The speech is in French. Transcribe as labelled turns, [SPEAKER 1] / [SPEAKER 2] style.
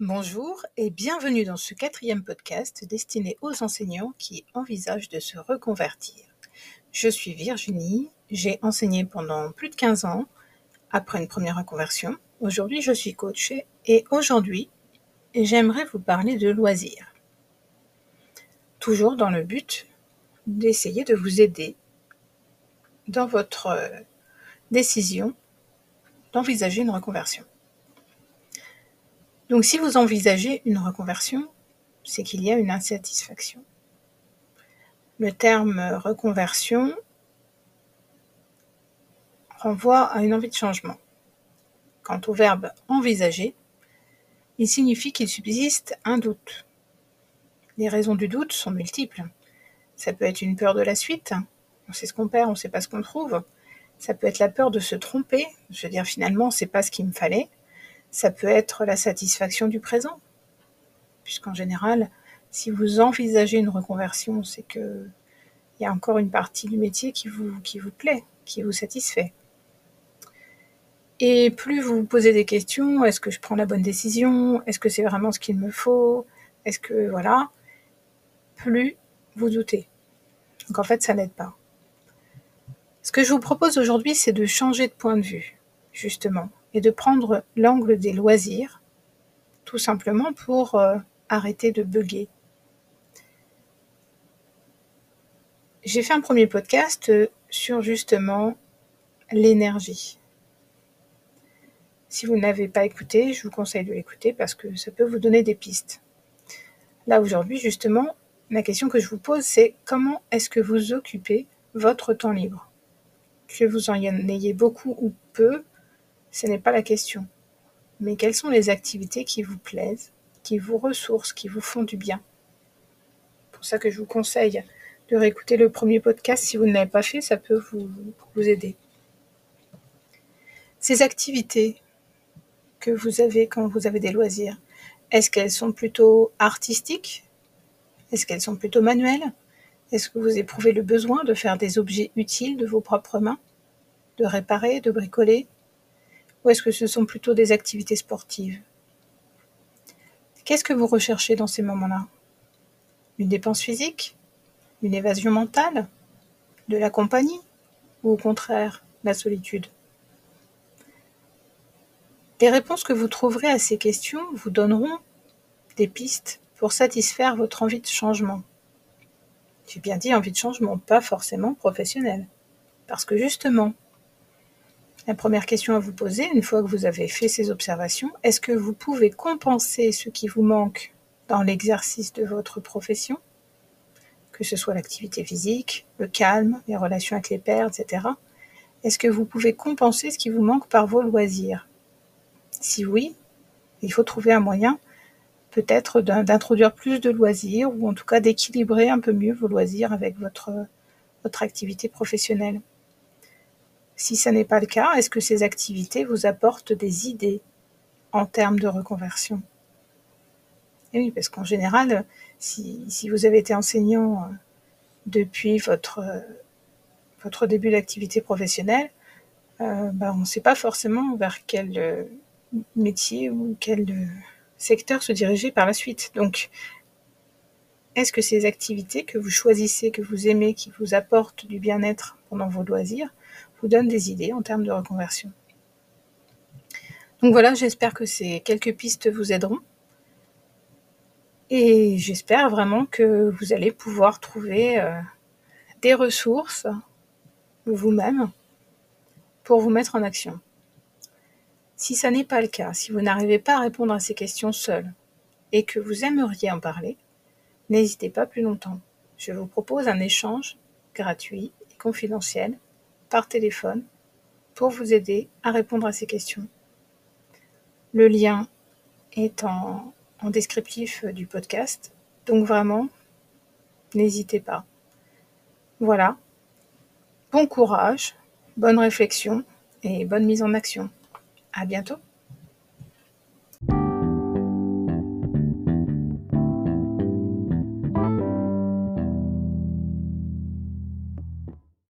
[SPEAKER 1] Bonjour et bienvenue dans ce 4e podcast destiné aux enseignants qui envisagent de se reconvertir. Je suis Virginie, j'ai enseigné pendant plus de 15 ans après une première reconversion. Aujourd'hui, je suis coach et aujourd'hui, j'aimerais vous parler de loisirs. Toujours dans le but d'essayer de vous aider dans votre décision d'envisager une reconversion. Donc si vous envisagez une reconversion, c'est qu'il y a une insatisfaction. Le terme reconversion renvoie à une envie de changement. Quant au verbe envisager, il signifie qu'il subsiste un doute. Les raisons du doute sont multiples. Ça peut être une peur de la suite, on sait ce qu'on perd, on ne sait pas ce qu'on trouve. Ça peut être la peur de se tromper, de se dire finalement c'est pas ce qu'il me fallait. Ça peut être la satisfaction du présent, puisqu'en général, si vous envisagez une reconversion, c'est qu'il y a encore une partie du métier qui vous plaît, qui vous satisfait. Et plus vous vous posez des questions, est-ce que je prends la bonne décision? Est-ce que c'est vraiment ce qu'il me faut? Est-ce que, voilà, plus vous doutez. Donc en fait, ça n'aide pas. Ce que je vous propose aujourd'hui, c'est de changer de point de vue, justement, et de prendre l'angle des loisirs, tout simplement pour arrêter de bugger. J'ai fait un premier podcast sur justement l'énergie. Si vous ne l'avez pas écouté, je vous conseille de l'écouter parce que ça peut vous donner des pistes. Là, aujourd'hui, justement, la question que je vous pose, c'est comment est-ce que vous occupez votre temps libre? Que vous en ayez beaucoup ou peu, ce n'est pas la question. Mais quelles sont les activités qui vous plaisent, qui vous ressourcent, qui vous font du bien? C'est pour ça que je vous conseille de réécouter le premier podcast. Si vous ne l'avez pas fait, ça peut vous aider. Ces activités que vous avez quand vous avez des loisirs, est-ce qu'elles sont plutôt artistiques? Est-ce qu'elles sont plutôt manuelles? Est-ce que vous éprouvez le besoin de faire des objets utiles de vos propres mains? De réparer, de bricoler? Ou est-ce que ce sont plutôt des activités sportives? Qu'est-ce que vous recherchez dans ces moments-là? Une dépense physique? Une évasion mentale? De la compagnie? Ou au contraire, la solitude? Les réponses que vous trouverez à ces questions vous donneront des pistes pour satisfaire votre envie de changement. J'ai bien dit envie de changement, pas forcément professionnelle. Parce que justement, la première question à vous poser, une fois que vous avez fait ces observations, est-ce que vous pouvez compenser ce qui vous manque dans l'exercice de votre profession, que ce soit l'activité physique, le calme, les relations avec les pairs, etc. Est-ce que vous pouvez compenser ce qui vous manque par vos loisirs? Si oui, il faut trouver un moyen peut-être d'introduire plus de loisirs ou en tout cas d'équilibrer un peu mieux vos loisirs avec votre activité professionnelle. Si ce n'est pas le cas, est-ce que ces activités vous apportent des idées en termes de reconversion? Et oui, parce qu'en général, si vous avez été enseignant depuis votre début d'activité professionnelle, on ne sait pas forcément vers quel métier ou quel secteur se diriger par la suite. Donc, est-ce que ces activités que vous choisissez, que vous aimez, qui vous apportent du bien-être pendant vos loisirs, vous donnent des idées en termes de reconversion? Donc voilà, j'espère que ces quelques pistes vous aideront. Et j'espère vraiment que vous allez pouvoir trouver des ressources vous-même pour vous mettre en action. Si ça n'est pas le cas, si vous n'arrivez pas à répondre à ces questions seul et que vous aimeriez en parler, n'hésitez pas plus longtemps. Je vous propose un échange gratuit et confidentiel par téléphone pour vous aider à répondre à ces questions. Le lien est en descriptif du podcast, donc vraiment, n'hésitez pas. Voilà, bon courage, bonne réflexion et bonne mise en action. À bientôt.